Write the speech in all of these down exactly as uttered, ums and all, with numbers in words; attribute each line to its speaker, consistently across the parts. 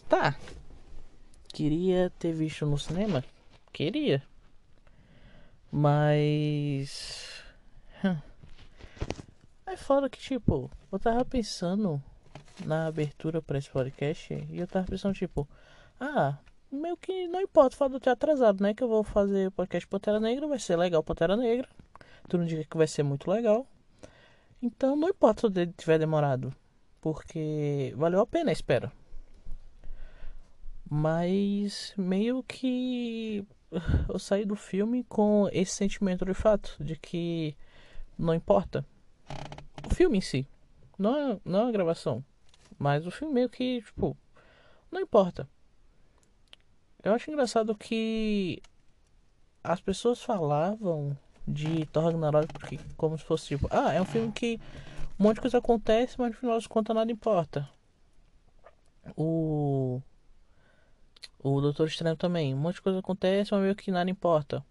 Speaker 1: Tá, queria ter visto no cinema? Queria. Mas. hum, É foda que, tipo, eu tava pensando na abertura pra esse podcast e eu tava pensando, tipo, ah, meio que não importa o fato de eu ter atrasado, né? Que eu vou fazer o podcast Pantera Negra, vai ser legal Pantera Negra. Tu não diga que vai ser muito legal. Então não importa se o dele tiver demorado, porque valeu a pena a espera. Mas meio que eu saí do filme com esse sentimento de fato, de que não importa. O filme em si, não é, não é a gravação, mas o filme meio que, tipo, não importa. Eu acho engraçado que as pessoas falavam de Thor Ragnarok porque, como se fosse tipo, ah, é um filme que um monte de coisa acontece, mas no final das contas nada importa. O, o Doutor Estranho também, um monte de coisa acontece, mas meio que nada importa.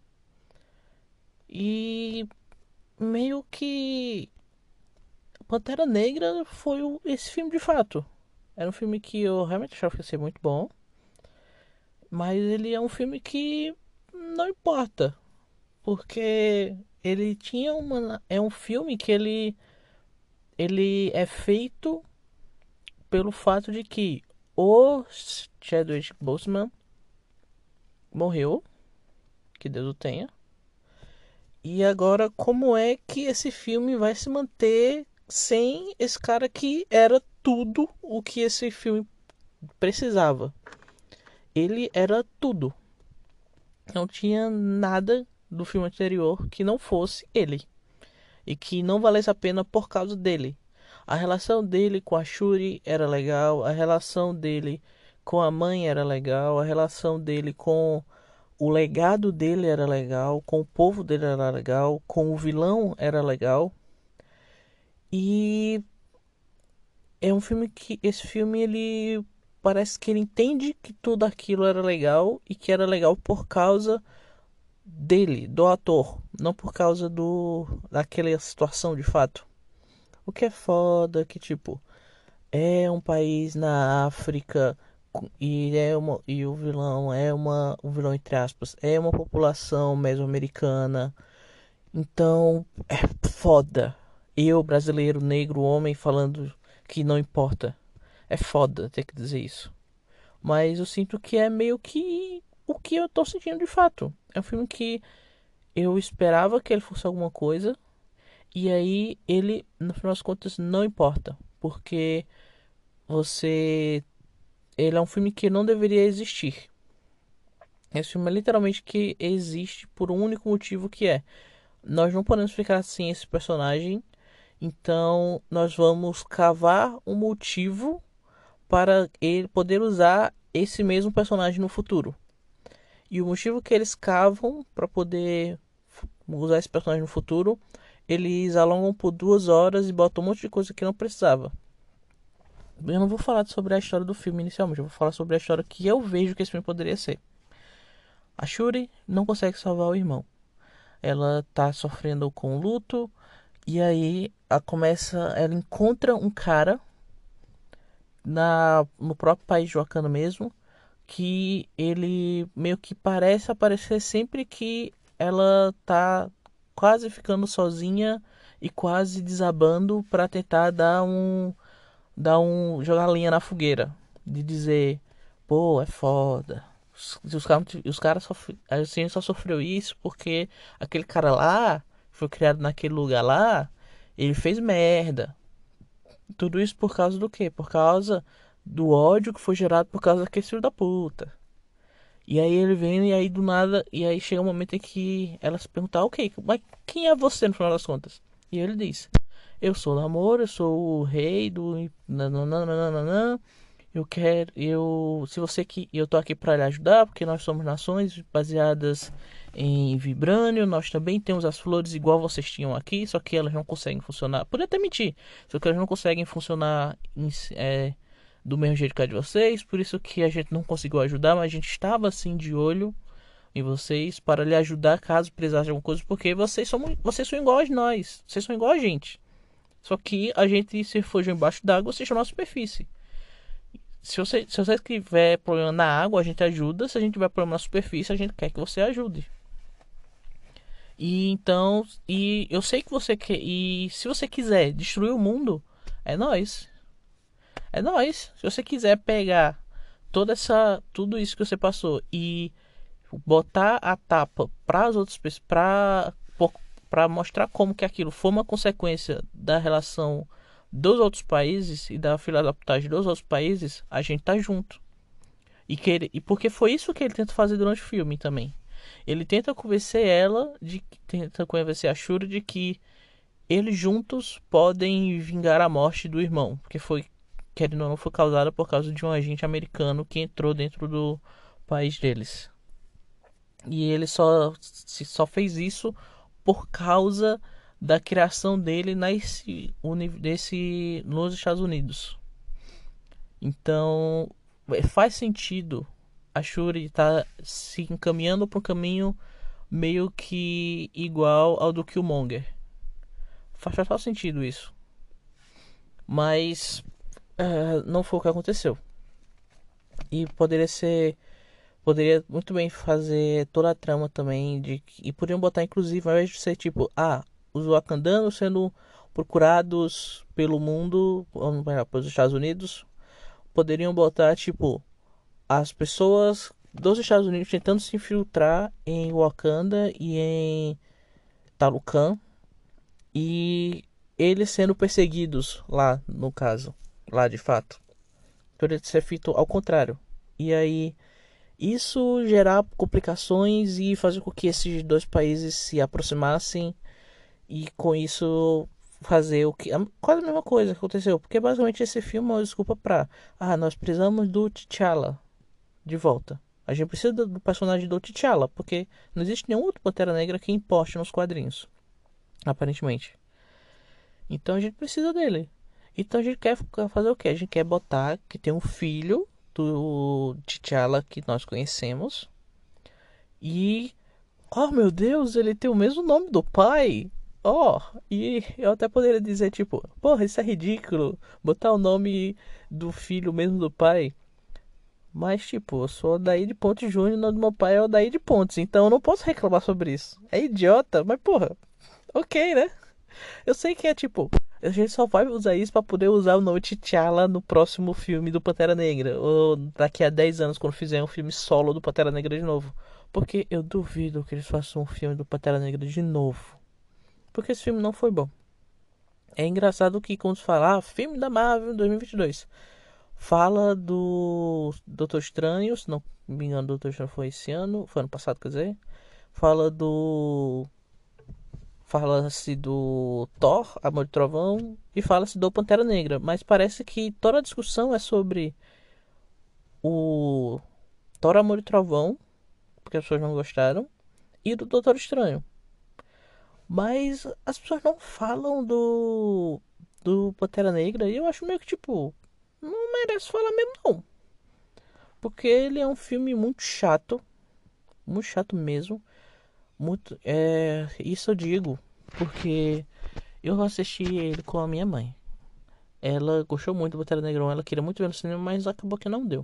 Speaker 1: E meio que Pantera Negra foi o- esse filme de fato. Era um filme que eu realmente achava que ia ser muito bom, mas ele é um filme que não importa, porque ele tinha uma. É um filme que ele, ele é feito pelo fato de que o Chadwick Boseman morreu, que Deus o tenha. E agora, como é que esse filme vai se manter sem esse cara que era tudo o que esse filme precisava? Ele era tudo. Não tinha nada do filme anterior que não fosse ele. E que não valesse a pena por causa dele. A relação dele com a Shuri era legal. A relação dele com a mãe era legal. A relação dele com o legado dele era legal. Com o povo dele era legal. Com o vilão era legal. E é um filme que. Esse filme ele. Parece que ele entende que tudo aquilo era legal. E que era legal por causa dele, do ator, não por causa do daquela situação de fato. O que é foda que tipo é um país na África e é uma e o vilão é uma o vilão entre aspas é uma população mesoamericana. Então é foda. Eu, brasileiro, negro, homem falando que não importa. É foda ter que dizer isso. Mas eu sinto que é meio que o que eu tô sentindo de fato. É um filme que eu esperava que ele fosse alguma coisa, e aí ele, no final das contas, não importa. Porque você. Ele é um filme que não deveria existir. Esse filme é literalmente que existe por um único motivo que é. Nós não podemos ficar sem esse personagem. Então nós vamos cavar um motivo para ele poder usar esse mesmo personagem no futuro. E o motivo que eles cavam para poder usar esse personagem no futuro, eles alongam por duas horas e botam um monte de coisa que não precisava. Eu não vou falar sobre a história do filme inicialmente, eu vou falar sobre a história que eu vejo que esse filme poderia ser. A Shuri não consegue salvar o irmão. Ela tá sofrendo com luto e aí ela começa, ela encontra um cara na no próprio país de Wakanda mesmo, que ele meio que parece aparecer sempre que ela tá quase ficando sozinha e quase desabando para tentar dar um dar um jogar lenha na fogueira, de dizer, pô, é foda. Os, os caras os caras sofre, a gente só sofreu isso porque aquele cara lá foi criado naquele lugar lá, ele fez merda. Tudo isso por causa do quê? Por causa do ódio que foi gerado por causa daquele filho da puta. E aí ele vem e aí do nada, e aí chega um momento em que ela se pergunta, ok, mas quem é você no final das contas? E ele diz, eu sou o Namor, eu sou o rei do nananana, eu quero, eu, se você que eu tô aqui para lhe ajudar, porque nós somos nações baseadas em vibrânio, nós também temos as flores igual vocês tinham aqui, só que elas não conseguem funcionar. Podia até mentir, só que elas não conseguem funcionar em, é, do mesmo jeito que a de vocês, por isso que a gente não conseguiu ajudar, mas a gente estava assim de olho em vocês para lhe ajudar caso precisasse de alguma coisa, porque vocês são, vocês são iguais a nós, vocês são igual a gente. Só que a gente se refugiou embaixo d'água, vocês estão na superfície. Se você, se você tiver problema na água, a gente ajuda. Se a gente tiver problema na superfície, a gente quer que você ajude. E então, e eu sei que você quer. E se você quiser destruir o mundo, é nós. É nós. Se você quiser pegar toda essa, tudo isso que você passou e botar a tapa para as outras pessoas, para para mostrar como que aquilo foi uma consequência da relação dos outros países e da filosofia dos outros países, a gente tá junto. E, que ele, e porque foi isso que ele tenta fazer durante o filme também. Ele tenta convencer ela, de, tenta convencer a Shuri de que eles juntos podem vingar a morte do irmão, porque foi, querendo ou não, foi causada por causa de um agente americano que entrou dentro do país deles. E ele só, só fez isso por causa da criação dele nesse, nesse, nos Estados Unidos. Então faz sentido a Shuri estar tá se encaminhando para um caminho meio que igual ao do Killmonger. Faz total sentido isso. Mas uh, não foi o que aconteceu. E poderia ser. Poderia muito bem fazer toda a trama também. De, e poderiam botar, inclusive, ao invés de ser tipo, ah, os wakandanos sendo procurados pelo mundo, pelos Estados Unidos, poderiam botar, tipo, as pessoas dos Estados Unidos tentando se infiltrar em Wakanda e em Talocan e eles sendo perseguidos lá, no caso, lá de fato. Poderia ser feito ao contrário. E aí isso gerar complicações e fazer com que esses dois países se aproximassem e com isso fazer o que quase a mesma coisa que aconteceu, porque basicamente esse filme é uma desculpa pra ah, nós precisamos do T'Challa de volta. A gente precisa do personagem do T'Challa, porque não existe nenhum outro Pantera Negra que importe nos quadrinhos, aparentemente. Então a gente precisa dele. Então a gente quer fazer o quê? A gente quer botar que tem um filho do T'Challa que nós conhecemos. E oh meu Deus, ele tem o mesmo nome do pai. Oh, e eu até poderia dizer tipo, porra, isso é ridículo, botar o nome do filho mesmo do pai. Mas tipo, eu sou daí de Pontes Júnior, o nome do meu pai é o daí de Pontes, então eu não posso reclamar sobre isso. É idiota, mas porra, ok, né? Eu sei que é tipo, a gente só vai usar isso pra poder usar o nome T'Challa no próximo filme do Pantera Negra. Ou daqui a dez anos, quando fizer um filme solo do Pantera Negra de novo. Porque eu duvido que eles façam um filme do Pantera Negra de novo. Porque esse filme não foi bom. É engraçado que quando se fala, ah, filme da Marvel dois mil e vinte e dois. Fala do Doutor Estranho, se não me engano, o Doutor Estranho foi esse ano, foi ano passado, quer dizer. Fala do Fala-se do Thor, Amor de Trovão, e fala-se do Pantera Negra. Mas parece que toda a discussão é sobre o Thor, Amor e Trovão, porque as pessoas não gostaram, e do Doutor Estranho. Mas as pessoas não falam do, do Pantera Negra, e eu acho meio que tipo, não merece falar mesmo não. Porque ele é um filme muito chato, muito chato mesmo. Muito, é, isso eu digo porque eu assisti ele com a minha mãe. Ela gostou muito do Pantera Negrão, ela queria muito ver no cinema, mas acabou que não deu.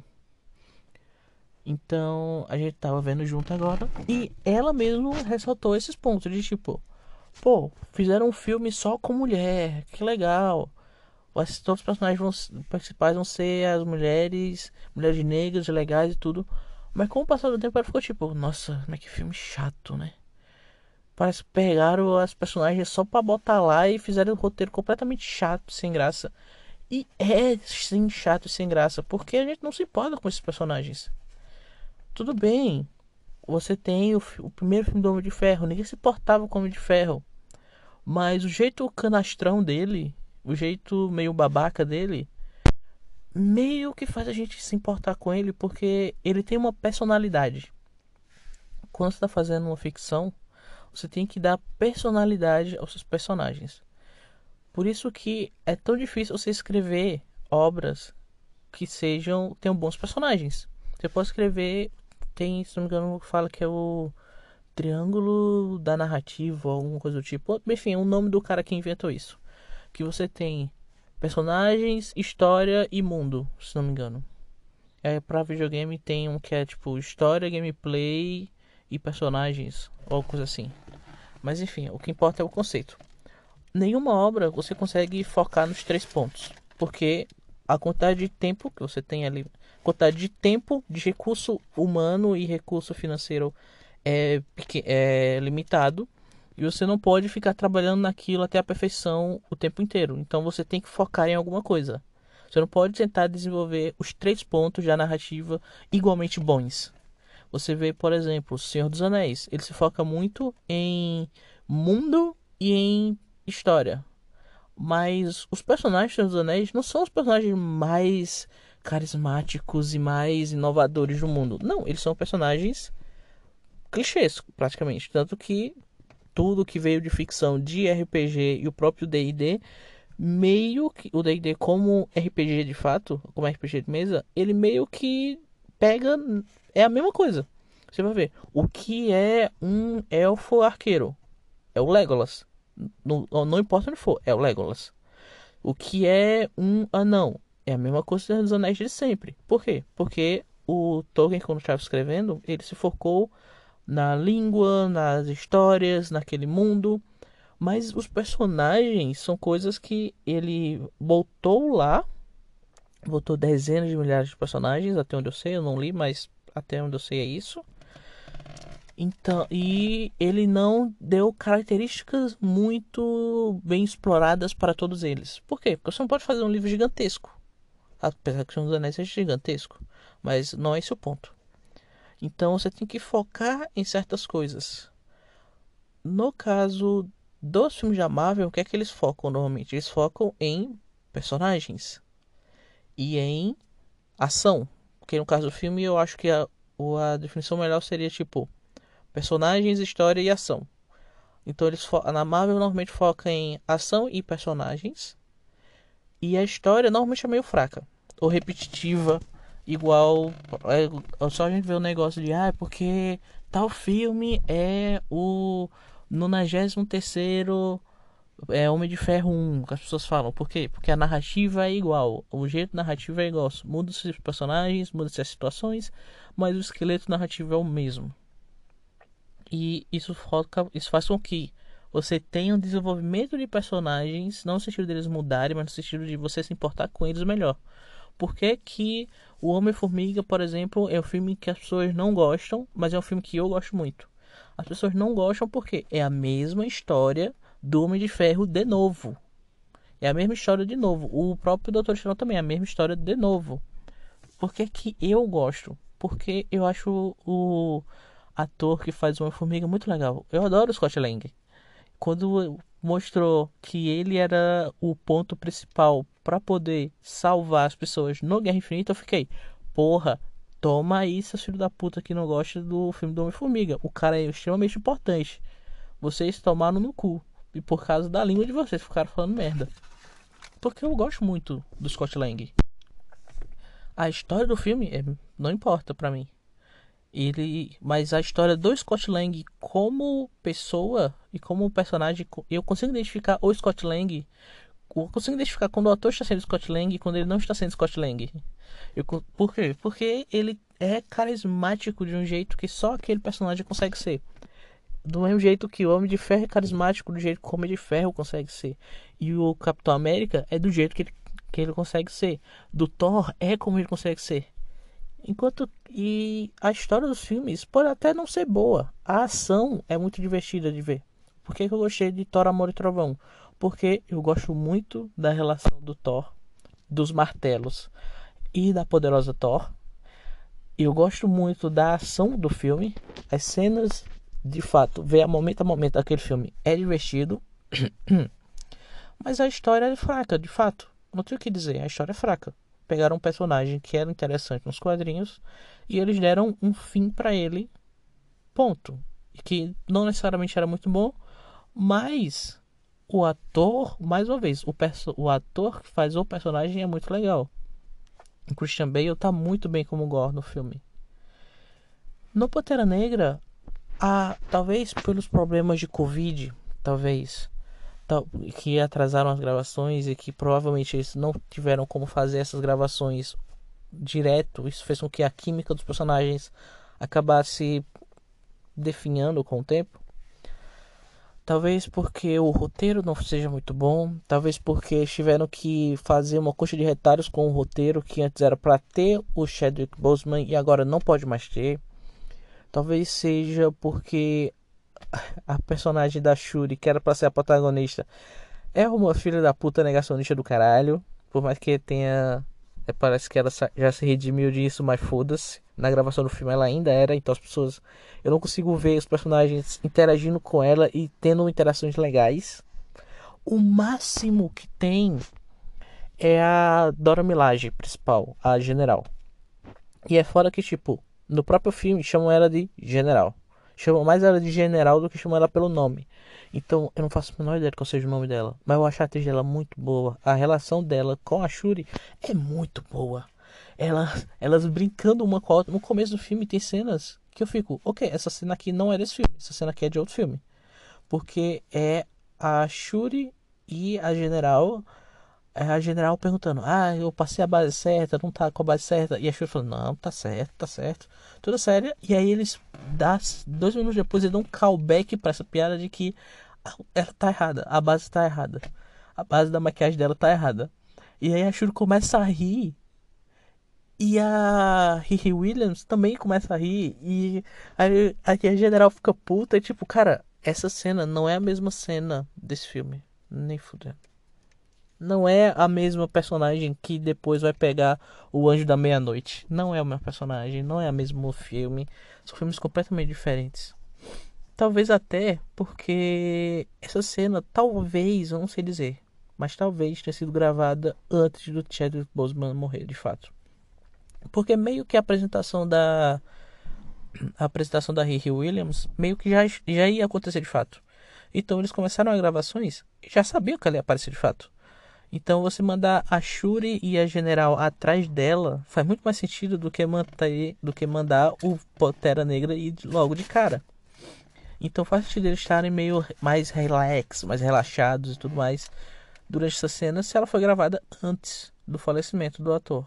Speaker 1: Então a gente tava vendo junto agora e ela mesmo ressaltou esses pontos de tipo, pô, fizeram um filme só com mulher, que legal. Todos os personagens vão, principais vão ser as mulheres, mulheres negras, legais e tudo. Mas com o passar do tempo ela ficou tipo, nossa, mas que filme chato, né? Parece que pegaram as personagens só pra botar lá e fizeram o roteiro completamente chato, sem graça. E é sim chato e sem graça, porque a gente não se importa com esses personagens. Tudo bem, você tem o, o primeiro filme do Homem de Ferro, ninguém se importava com o Homem de Ferro. Mas o jeito canastrão dele, o jeito meio babaca dele, meio que faz a gente se importar com ele, porque ele tem uma personalidade. Quando você tá fazendo uma ficção, você tem que dar personalidade aos seus personagens. Por isso que é tão difícil você escrever obras que sejam tenham bons personagens. Você pode escrever, tem, se não me engano, fala que é o triângulo da narrativa, alguma coisa do tipo. Enfim, é o nome do cara que inventou isso. Que você tem personagens, história e mundo, se não me engano. É, pra videogame tem um que é tipo história, gameplay e personagens, ou coisa assim. Mas enfim, o que importa é o conceito. Nenhuma obra você consegue focar nos três pontos, porque a quantidade de tempo que você tem ali, quantidade de tempo, de recurso humano e recurso financeiro é, é limitado, e você não pode ficar trabalhando naquilo até a perfeição o tempo inteiro. Então você tem que focar em alguma coisa. Você não pode tentar desenvolver os três pontos da narrativa igualmente bons. Você vê, por exemplo, o Senhor dos Anéis. Ele se foca muito em mundo e em história. Mas os personagens do Senhor dos Anéis não são os personagens mais carismáticos e mais inovadores do mundo. Não, eles são personagens clichês, praticamente. Tanto que tudo que veio de ficção de R P G e o próprio D e D, meio que o D e D como R P G de fato, como R P G de mesa, ele meio que pega, é a mesma coisa. Você vai ver, o que é um elfo arqueiro? É o Legolas. Não, não importa onde for, é o Legolas. O que é um anão? É a mesma coisa dos Anéis de sempre. Por quê? Porque o Tolkien, quando estava escrevendo, ele se focou na língua, nas histórias, naquele mundo. Mas os personagens são coisas que ele botou lá, botou dezenas de milhares de personagens, até onde eu sei, eu não li, mas até onde eu sei é isso. Então, e ele não deu características muito bem exploradas para todos eles. Por quê? Porque você não pode fazer um livro gigantesco. Apesar que o Senhor dos Anéis seja gigantesco. Mas não é esse o ponto. Então você tem que focar em certas coisas. No caso dos filmes da Marvel, o que é que eles focam normalmente? Eles focam em personagens e em ação. Porque no caso do filme, eu acho que a, a definição melhor seria tipo personagens, história e ação. Então eles na Marvel normalmente foca em ação e personagens. E a história normalmente é meio fraca ou repetitiva, igual é, só a gente vê o negócio de ah, porque tal filme é o nonagésimo terceiro é Homem de Ferro um, que as pessoas falam. Por quê? Porque a narrativa é igual, o jeito narrativo é igual. Muda-se os personagens, muda-se as situações, mas o esqueleto narrativo é o mesmo. E isso, foca, isso faz com que você tenha um desenvolvimento de personagens, não no sentido deles mudarem, mas no sentido de você se importar com eles melhor. Por que que o Homem-Formiga, por exemplo, é um filme que as pessoas não gostam, mas é um filme que eu gosto muito? As pessoas não gostam porque é a mesma história do Homem de Ferro de novo. É a mesma história de novo. O próprio doutor Estranho também é a mesma história de novo. Por que que eu gosto? Porque eu acho o ator que faz o Homem-Formiga muito legal. Eu adoro o Scott Lang. Quando mostrou que ele era o ponto principal para poder salvar as pessoas no Guerra Infinita, eu fiquei, porra, toma aí, seus filhos da puta que não gosta do filme do Homem-Formiga. O cara é extremamente importante. Vocês tomaram no cu. E por causa da língua de vocês ficaram falando merda. Porque eu gosto muito do Scott Lang. A história do filme é, não importa pra mim. Ele, mas a história do Scott Lang como pessoa e como personagem, eu consigo identificar o Scott Lang. Eu consigo identificar quando o ator está sendo Scott Lang e quando ele não está sendo Scott Lang. Eu, por quê? Porque ele é carismático de um jeito que só aquele personagem consegue ser. Do mesmo jeito que o Homem de Ferro é carismático, do jeito que o Homem de Ferro consegue ser. E o Capitão América é do jeito que ele, que ele consegue ser. Do Thor é como ele consegue ser. Enquanto e a história dos filmes pode até não ser boa. A ação é muito divertida de ver. Por que que eu gostei de Thor, Amor e Trovão? Porque eu gosto muito da relação do Thor, dos martelos e da poderosa Thor. Eu gosto muito da ação do filme. As cenas, de fato, ver a momento a momento aquele filme é divertido. Mas a história é fraca, de fato. Não tenho o que dizer, a história é fraca. Pegaram um personagem que era interessante nos quadrinhos e eles deram um fim pra ele, ponto. Que não necessariamente era muito bom, mas o ator, mais uma vez, o, perso- o ator que faz o personagem é muito legal. O Christian Bale tá muito bem como Gore no filme. No Pantera Negra, a, talvez pelos problemas de Covid, talvez, tal, que atrasaram as gravações e que provavelmente eles não tiveram como fazer essas gravações direto. Isso fez com que a química dos personagens acabasse definhando com o tempo. Talvez porque o roteiro não seja muito bom. Talvez porque tiveram que fazer uma coxa de retalhos com o roteiro que antes era para ter o Chadwick Boseman e agora não pode mais ter. Talvez seja porque a personagem da Shuri, que era pra ser a protagonista, é uma filha da puta negacionista do caralho. Por mais que tenha. é, Parece que ela já se redimiu disso, mas foda-se. Na gravação do filme ela ainda era, então as pessoas. Eu não consigo ver os personagens interagindo com ela e tendo interações legais. O máximo que tem é a Dora Milaje principal, a general. E é fora que, tipo, no próprio filme chamam ela de general. Chamam mais ela de general do que chamam ela pelo nome. Então eu não faço a menor ideia de qual seja o nome dela. Mas eu acho a atriz dela muito boa. A relação dela com a Shuri é muito boa. Elas, elas brincando uma com a outra. No começo do filme tem cenas que eu fico, ok, essa cena aqui não é desse filme. Essa cena aqui é de outro filme. Porque é a Shuri e a general. É a general perguntando, ah, eu passei a base certa, não tá com a base certa. E a Shuri falando, não, tá certo, tá certo. Tudo sério. E aí eles, dá, dois minutos depois, eles dão um callback pra essa piada de que ela tá errada, a base tá errada. A base da maquiagem dela tá errada. E aí a Shuri começa a rir. E a Riri Williams também começa a rir. E aí, aí a general fica puta. E tipo, cara, essa cena não é a mesma cena desse filme. Nem fudendo. Não é a mesma personagem que depois vai pegar o Anjo da Meia-Noite. Não é o mesmo personagem, não é o mesmo filme. São filmes completamente diferentes. Talvez até porque essa cena, talvez, eu não sei dizer, mas talvez tenha sido gravada antes do Chadwick Boseman morrer, de fato. Porque meio que a apresentação da a apresentação da Riri Williams meio que já, já ia acontecer de fato. Então eles começaram as gravações e já sabiam que ela ia aparecer de fato. Então você mandar a Shuri e a General atrás dela faz muito mais sentido do que manter, do que mandar o Pantera Negra ir logo de cara. Então faz sentido eles estarem meio mais relax, mais relaxados e tudo mais durante essa cena se ela foi gravada antes do falecimento do ator.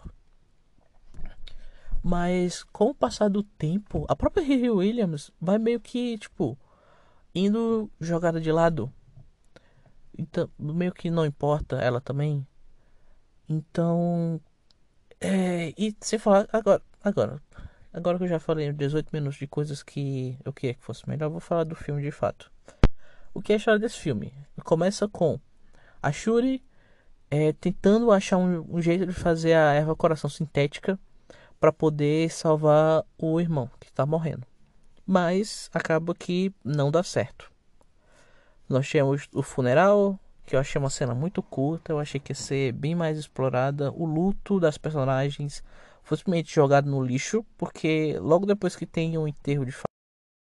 Speaker 1: Mas com o passar do tempo, a própria Riri Williams vai meio que, tipo, indo jogada de lado. Então, meio que não importa ela também. Então, é, e sem falar agora, agora, agora que eu já falei dezoito minutos de coisas que eu queria que fosse melhor, eu vou falar do filme de fato. O que é a história desse filme? Começa com a Shuri é, tentando achar um, um jeito de fazer a erva coração sintética para poder salvar o irmão que está morrendo. Mas acaba que não dá certo. Nós temos o funeral, que eu achei uma cena muito curta, eu achei que ia ser bem mais explorada. O luto das personagens foi simplesmente jogado no lixo, porque logo depois que tem um enterro de família,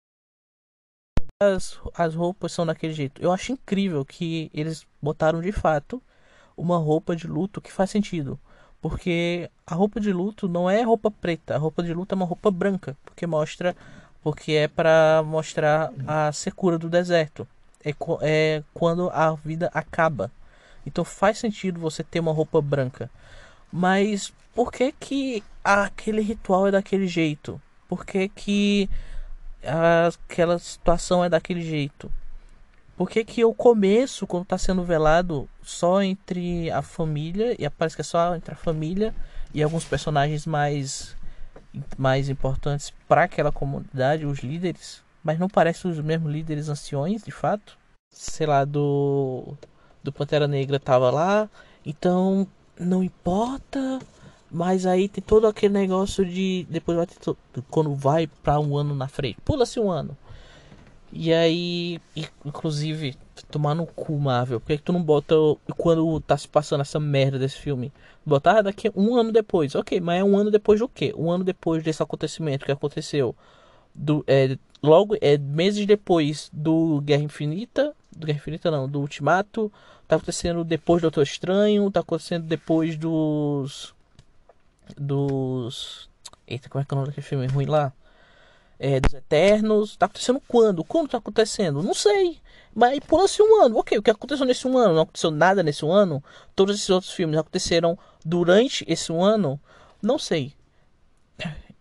Speaker 1: as, as roupas são daquele jeito. Eu acho incrível que eles botaram de fato uma roupa de luto que faz sentido. Porque a roupa de luto não é roupa preta, a roupa de luto é uma roupa branca, porque mostra, porque é para mostrar a secura do deserto. É, é quando a vida acaba. Então faz sentido você ter uma roupa branca. Mas por que que aquele ritual é daquele jeito? Por que que aquela situação é daquele jeito? Por que que o começo, quando está sendo velado, só entre a família, e parece que é só entre a família e alguns personagens mais, mais importantes para aquela comunidade, os líderes, mas não parecem os mesmos líderes anciões, de fato. Sei lá, do, do Pantera Negra tava lá, então não importa, mas aí tem todo aquele negócio de, depois vai ter to, quando vai para um ano na frente, pula-se um ano. E aí, inclusive, tomar no cu, Marvel. Por que, que tu não bota quando tá se passando essa merda desse filme? Botar daqui um ano depois. Ok, mas é um ano depois do quê? Um ano depois desse acontecimento que aconteceu. Do, é, logo, é meses depois do Guerra Infinita. Do Guerra Infinita não, do Ultimato. Tá acontecendo depois do Doutor Estranho. Tá acontecendo depois dos. Dos. Eita, como é que é o nome daquele filme ruim lá? É, dos Eternos. Tá acontecendo quando? Quando tá acontecendo? Não sei. Mas pula-se um ano. Ok, o que aconteceu nesse um ano? Não aconteceu nada nesse um ano? Todos esses outros filmes aconteceram durante esse um ano? Não sei.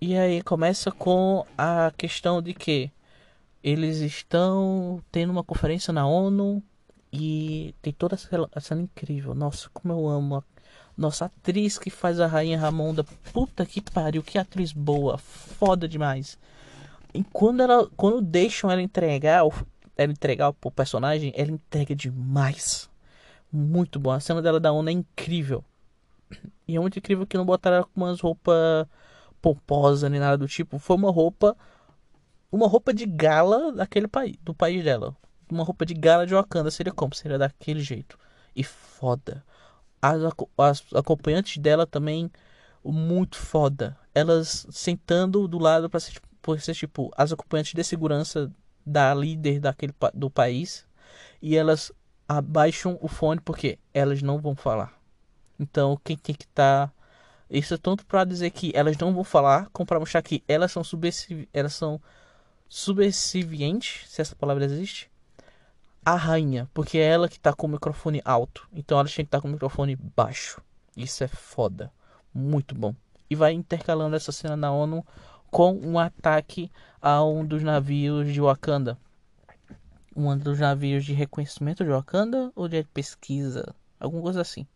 Speaker 1: E aí começa com a questão de que eles estão tendo uma conferência na ONU e tem toda essa essa cena incrível. Nossa, como eu amo a nossa atriz que faz a Rainha Ramonda. Puta que pariu, que atriz boa, foda demais. E quando ela, quando deixam ela entregar, o- ela entregar o personagem, ela entrega demais. Muito bom. A cena dela da ONU é incrível. E é muito incrível que não botaram ela com umas roupas pomposas nem nada do tipo. Foi uma roupa, uma roupa de gala daquele país, do país dela. Uma roupa de gala de Wakanda seria como? Seria daquele jeito. E foda. As, aco- as acompanhantes dela também, muito foda. Elas sentando do lado pra ser, tipo, pra ser tipo as acompanhantes de segurança da líder daquele pa- do país. E elas abaixam o fone porque elas não vão falar. Então quem tem que estar. Isso é tanto pra dizer que elas não vão falar, como pra mostrar que elas são subservi... elas são subservientes, se essa palavra existe, a rainha, porque é ela que tá com o microfone alto. Então ela tinha que estar com o microfone baixo. Isso é foda. Muito bom. E vai intercalando essa cena na ONU com um ataque a um dos navios de Wakanda. Um dos navios de reconhecimento de Wakanda ou de pesquisa? Alguma coisa assim.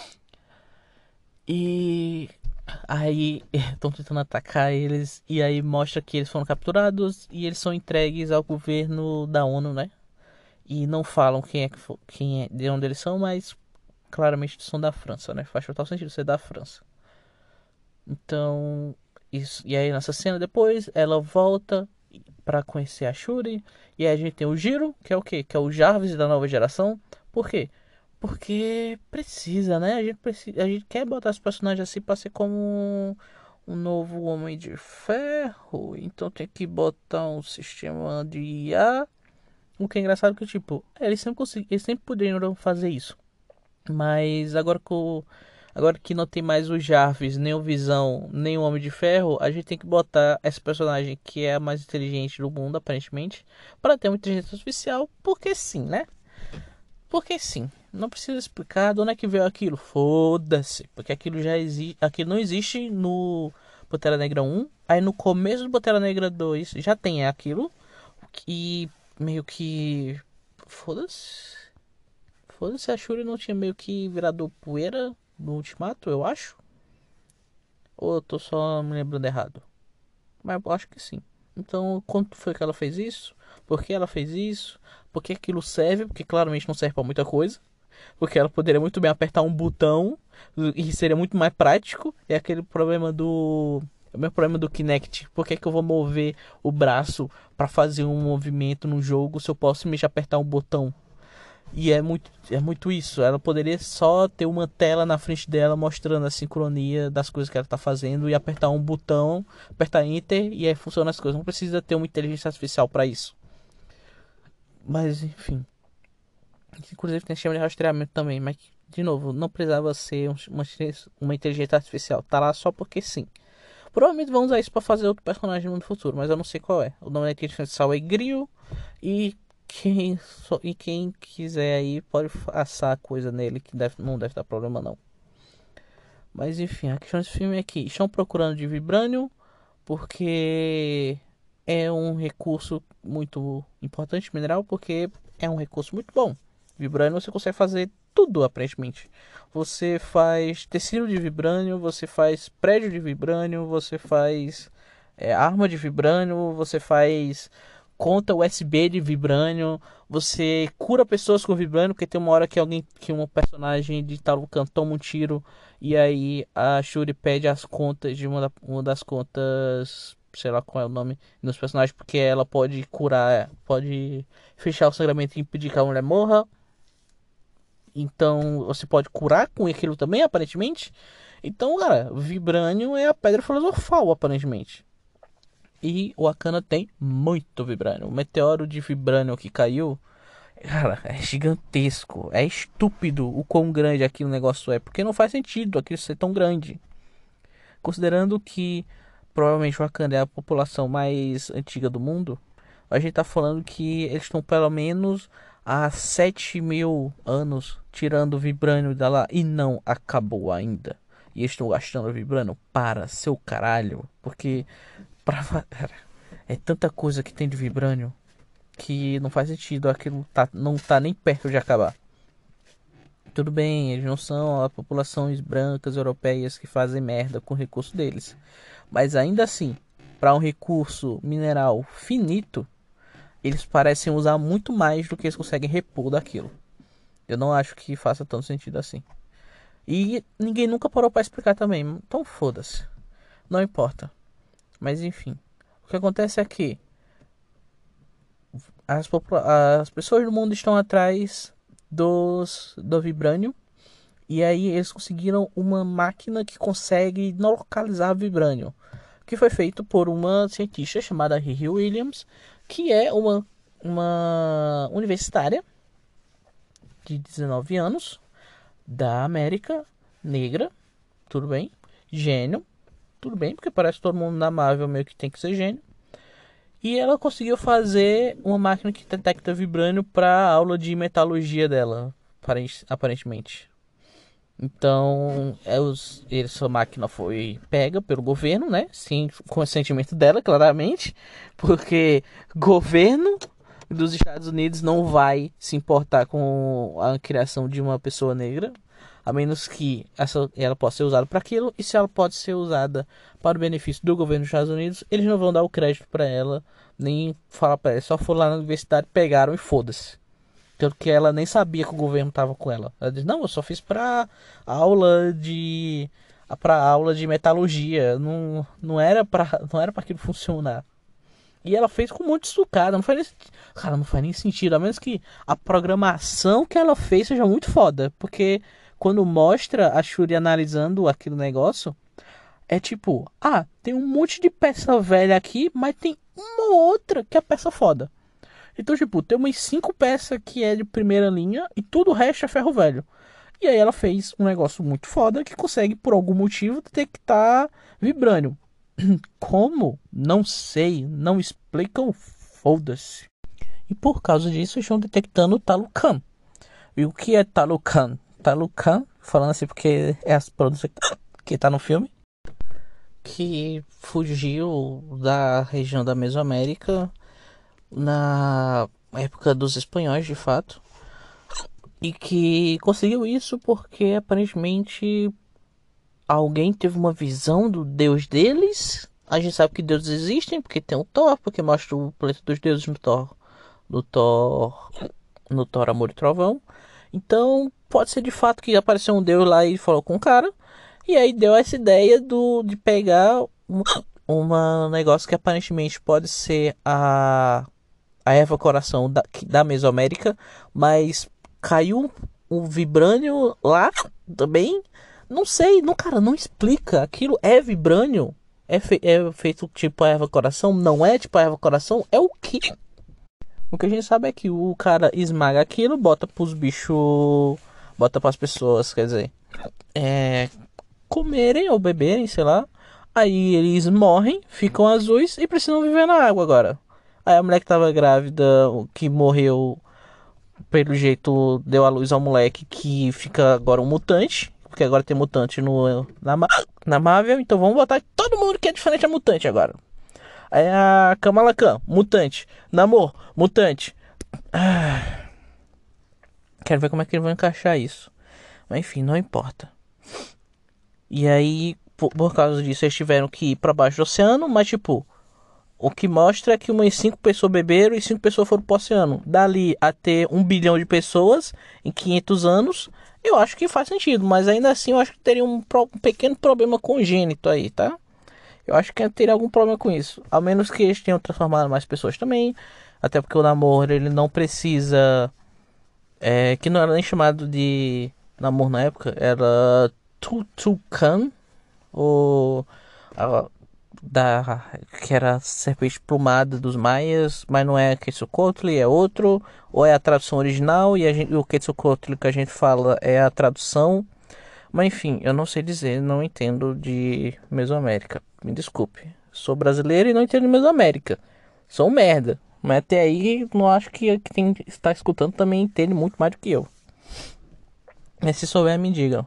Speaker 1: E aí estão tentando atacar eles. E aí mostra que eles foram capturados e eles são entregues ao governo da ONU, né? E não falam quem é que fo- quem é, de onde eles são, mas claramente são da França, né? Faz total sentido ser da França. Então, isso. E aí nessa cena depois, ela volta pra conhecer a Shuri. E aí a gente tem o Giro, que é o quê? Que é o Jarvis da nova geração. Por quê? Porque precisa, né? A gente, precisa, a gente quer botar os personagens assim pra ser como um novo Homem de Ferro. Então tem que botar um sistema de I A. O que é engraçado é que, tipo, eles sempre, consegui, eles sempre poderiam fazer isso. Mas agora que, o, agora que não tem mais o Jarvis, nem o Visão, nem o Homem de Ferro, a gente tem que botar essa personagem que é a mais inteligente do mundo, aparentemente, para ter uma inteligência artificial, porque sim, né? Porque sim. Não precisa explicar de onde é que veio aquilo. Foda-se. Porque aquilo já existe. Aquilo não existe no Pantera Negra um. Aí no começo do Pantera Negra dois já tem aquilo. Que meio que. Foda-se. Foda-se, a Shuri não tinha meio que virado poeira no Ultimato, eu acho. Ou eu tô só me lembrando errado? Mas eu acho que sim. Então, quanto foi que ela fez isso? Por que ela fez isso? Por que aquilo serve? Porque claramente não serve pra muita coisa. Porque ela poderia muito bem apertar um botão e seria muito mais prático. É aquele problema do. É o meu problema do Kinect. Por que, é que eu vou mover o braço para fazer um movimento no jogo se eu posso simplesmente apertar um botão? E é muito, é muito isso. Ela poderia só ter uma tela na frente dela mostrando a sincronia das coisas que ela está fazendo e apertar um botão, apertar Enter e aí funciona as coisas. Não precisa ter uma inteligência artificial para isso. Mas enfim. Inclusive tem sistema de rastreamento também, mas de novo, não precisava ser uma, uma inteligência artificial. Tá lá só porque sim. Provavelmente vão usar isso para fazer outro personagem no futuro, mas eu não sei qual é. O nome da inteligência artificial é Grill e quem, só, e quem quiser aí pode assar coisa nele que deve, não deve dar problema não. Mas enfim, a questão desse filme é que estão procurando de Vibranium porque é um recurso muito importante, mineral, porque é um recurso muito bom. Vibranium você consegue fazer tudo aparentemente. Você faz tecido de vibrânio, você faz prédio de vibrânio, você faz é, arma de vibrânio, você faz conta U S B de vibrânio, você cura pessoas com vibrânio, porque tem uma hora que alguém, que um personagem de Tarukan toma um tiro e aí a Shuri pede as contas de uma, da, uma das contas, sei lá qual é o nome dos personagens, porque ela pode curar, pode fechar o sangramento e impedir que a mulher morra. Então você pode curar com aquilo também, aparentemente. Então, cara, Vibranium é a pedra filosofal, aparentemente. E o Wakanda tem muito Vibranium. O meteoro de Vibranium que caiu, cara, é gigantesco. É estúpido o quão grande aquele negócio é. Porque não faz sentido aquilo ser tão grande. Considerando que provavelmente o Wakanda é a população mais antiga do mundo, a gente tá falando que eles estão pelo menos há sete mil anos tirando o Vibranium da lá e não acabou ainda. e eles estão gastando vibrânio para seu caralho, porque pra, cara, é tanta coisa que tem de vibrânio que não faz sentido, aquilo tá, não tá nem perto de acabar. Tudo bem, eles não são as populações brancas europeias que fazem merda com o recurso deles, mas ainda assim, para um recurso mineral finito, eles parecem usar muito mais do que eles conseguem repor daquilo. Eu não acho que faça tanto sentido assim. E ninguém nunca parou para explicar também. Então foda-se. Não importa. Mas enfim. O que acontece é que as, as pessoas do mundo estão atrás dos, do vibrânio. E aí eles conseguiram uma máquina que consegue localizar vibrânio. Que foi feito por uma cientista chamada Riri Williams. Que é uma, uma universitária de dezenove anos. Da América negra. Tudo bem. Gênio. Tudo bem, porque parece que todo mundo na Marvel meio que tem que ser gênio. E ela conseguiu fazer uma máquina que detecta vibrânio para a aula de metalurgia dela, aparentemente. Então, é os, essa máquina foi pega pelo governo, né? Sim, com o consentimento dela, claramente. Porque governo dos Estados Unidos não vai se importar com a criação de uma pessoa negra, a menos que essa, ela possa ser usada para aquilo, e se ela pode ser usada para o benefício do governo dos Estados Unidos, eles não vão dar o crédito para ela, nem falar para ela, só foram lá na universidade, pegaram e foda-se. Tanto que ela nem sabia que o governo estava com ela. Ela disse, não, eu só fiz para aula de para aula de metalurgia, não, não era para não era para aquilo funcionar. E ela fez com um monte de sucada. Não faz nem, cara, não faz nem sentido. A menos que a programação que ela fez seja muito foda. Porque quando mostra a Shuri analisando aquele negócio, é tipo, ah, tem um monte de peça velha aqui, mas tem uma outra que é peça foda. Então, tipo, tem umas cinco peças que é de primeira linha e tudo o resto é ferro velho. E aí ela fez um negócio muito foda que consegue, por algum motivo, detectar vibrânio. Como? Não sei. Não explicam. Foda-se. E por causa disso estão detectando o Talocan. E o que é Talocan? Talocan, falando assim porque é as pronúncia que tá no filme, que fugiu da região da Mesoamérica na época dos espanhóis, de fato. E que conseguiu isso porque aparentemente alguém teve uma visão do deus deles. A gente sabe que deuses existem, porque tem o Thor, porque mostra o planeta dos deuses no Thor. No Thor. No Thor Amor e Trovão. Então, pode ser de fato que apareceu um deus lá e falou com o cara. E aí deu essa ideia do, de pegar um uma negócio que aparentemente pode ser a, a Eva Coração da, da Mesoamérica. Mas caiu o vibrânio lá também. Não sei, não, cara, não explica. Aquilo é vibrânio? É, fe é feito tipo a Eva Coração? Não é tipo a Eva Coração? É o que? O que a gente sabe é que o cara esmaga aquilo, bota pros bichos. Bota pras pessoas, quer dizer. É. Comerem ou beberem, sei lá. Aí eles morrem, ficam azuis e precisam viver na água agora. Aí a mulher que tava grávida, que morreu, pelo jeito, deu a luz ao moleque que fica agora um mutante. Porque agora tem mutante no, na, na Marvel. Então vamos botar todo mundo que é diferente a mutante agora. Aí a Kamala Khan, mutante. Namor, mutante. Ah, quero ver como é que eles vão encaixar isso. Mas enfim, não importa. E aí, por, por causa disso, eles tiveram que ir pra baixo do oceano. Mas tipo, o que mostra é que umas cinco pessoas beberam e cinco pessoas foram pro oceano. Dali a ter um bilhão de pessoas em quinhentos anos, eu acho que faz sentido. Mas ainda assim, eu acho que teria um, pro, um pequeno problema congênito aí, tá? Eu acho que teria algum problema com isso. A menos que eles tenham transformado mais pessoas também. Até porque o namoro, ele não precisa... É, que não era nem chamado de namoro na época. Era Tutukan. Ou... A, da, que era a serpente plumada dos maias. Mas não é Quetzalcoatl, é outro. Ou é a tradução original. E a gente, o Quetzalcoatl que a gente fala é a tradução. Mas enfim, eu não sei dizer, não entendo de Mesoamérica. Me desculpe. Sou brasileiro e não entendo de Mesoamérica. Sou um merda. Mas até aí, não acho que quem está escutando também entende muito mais do que eu. Mas se souber, me digam.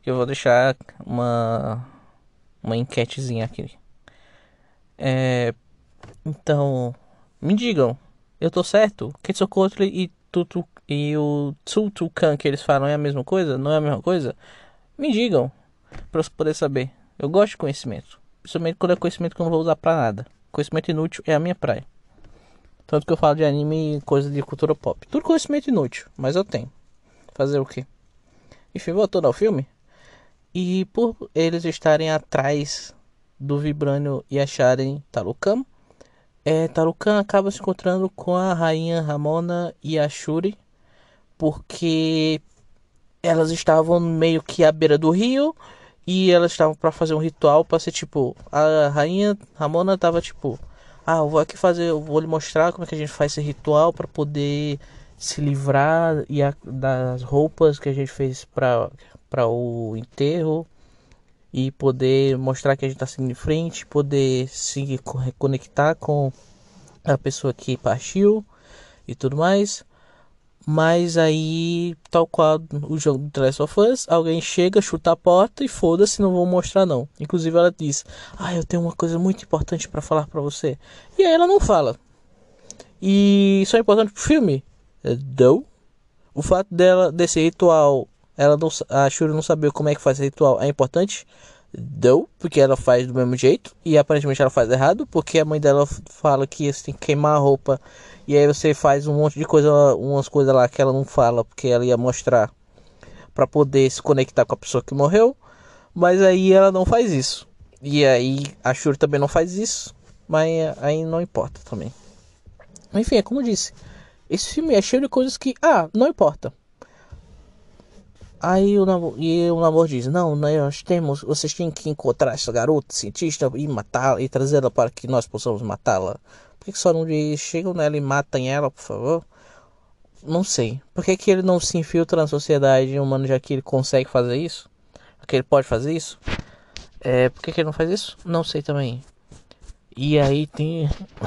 Speaker 1: Eu vou deixar uma, uma enquetezinha aqui. É, então, me digam, eu tô certo? Quetzalcoatl e, Tutu, e o Tsutukan que eles falam é a mesma coisa? Não é a mesma coisa? Me digam, pra eu poder saber. Eu gosto de conhecimento. Principalmente quando é conhecimento que eu não vou usar pra nada. Conhecimento inútil é a minha praia. Tanto que eu falo de anime e coisa de cultura pop. Tudo conhecimento inútil, mas eu tenho. Fazer o quê? Enfim, voltando ao filme. E por eles estarem atrás do Vibranium e acharem Talocan, é, Talocan acaba se encontrando com a rainha Ramona e a Shuri, porque elas estavam meio que à beira do rio e elas estavam para fazer um ritual para ser tipo, a rainha Ramona tava tipo, ah, eu vou aqui fazer, eu vou lhe mostrar como é que a gente faz esse ritual para poder se livrar e a, das roupas que a gente fez para para o enterro e poder mostrar que a gente está seguindo em frente, poder se reconectar com a pessoa que partiu e tudo mais. Mas aí, tal qual o jogo do The Last of Us, alguém chega, chuta a porta e foda-se, não vou mostrar não. Inclusive ela diz, ah, eu tenho uma coisa muito importante para falar para você. E aí ela não fala. E isso é importante pro filme? Não. O fato dela, desse ritual, ela não, a Shuri não saber como é que faz esse ritual é importante? Não, porque ela faz do mesmo jeito e aparentemente ela faz errado, porque a mãe dela fala que você tem que queimar a roupa e aí você faz um monte de coisa, umas coisas lá que ela não fala, porque ela ia mostrar para poder se conectar com a pessoa que morreu, mas aí ela não faz isso. E aí a Shuri também não faz isso, mas aí não importa também. Enfim, é como eu disse, esse filme é cheio de coisas que, ah, não importa. Aí o Namor, e o Namor diz, não, nós temos, vocês têm que encontrar essa garota cientista e matá-la e trazê-la para que nós possamos matá-la. Por que, que só não diz, chegam nela e matem ela, por favor? Não sei. Por que, que ele não se infiltra na sociedade humana, já que ele consegue fazer isso? Que ele pode fazer isso? É, por que, que ele não faz isso? Não sei também. E aí tem...